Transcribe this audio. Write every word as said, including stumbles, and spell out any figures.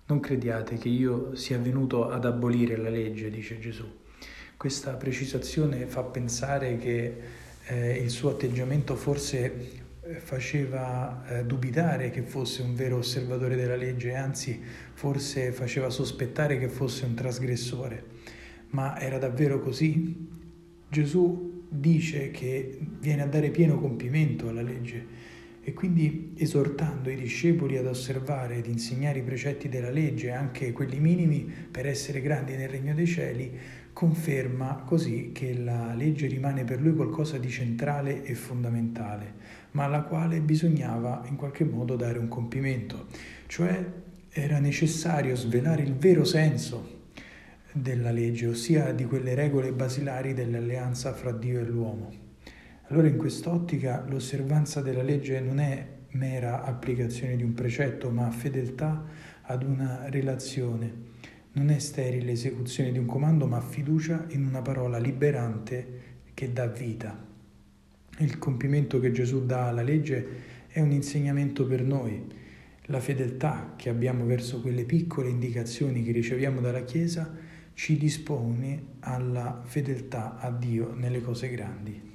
Non crediate che io sia venuto ad abolire la legge, dice Gesù. Questa precisazione fa pensare che eh, il suo atteggiamento forse faceva eh, dubitare che fosse un vero osservatore della legge, anzi forse faceva sospettare che fosse un trasgressore. Ma era davvero così? Gesù dice che viene a dare pieno compimento alla legge e quindi, esortando i discepoli ad osservare ed insegnare i precetti della legge, anche quelli minimi, per essere grandi nel regno dei cieli, conferma così che la legge rimane per lui qualcosa di centrale e fondamentale, ma alla quale bisognava in qualche modo dare un compimento, cioè era necessario svelare il vero senso della legge, ossia di quelle regole basilari dell'alleanza fra Dio e l'uomo. Allora in quest'ottica l'osservanza della legge non è mera applicazione di un precetto, ma fedeltà ad una relazione. Non è sterile esecuzione di un comando, ma fiducia in una parola liberante che dà vita. Il compimento che Gesù dà alla legge è un insegnamento per noi. La fedeltà che abbiamo verso quelle piccole indicazioni che riceviamo dalla Chiesa ci dispone alla fedeltà a Dio nelle cose grandi.